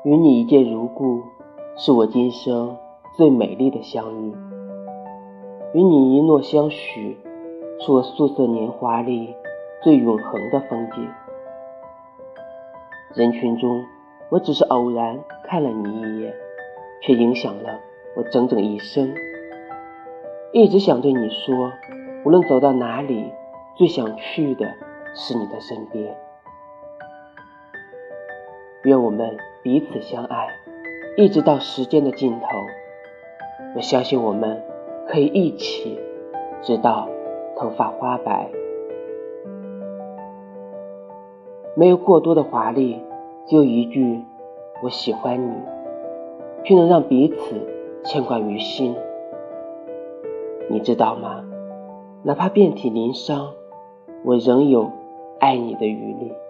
与你一见如故，是我今生最美丽的相遇。与你一诺相许，是我素色年华里最永恒的风景。人群中，我只是偶然看了你一眼，却影响了我整整一生。一直想对你说，无论走到哪里，最想去的是你的身边。愿我们彼此相爱，一直到时间的尽头。我相信我们可以一起，直到头发花白。没有过多的华丽，只有一句我喜欢你，却能让彼此牵挂于心。你知道吗？哪怕遍体鳞伤，我仍有爱你的余力。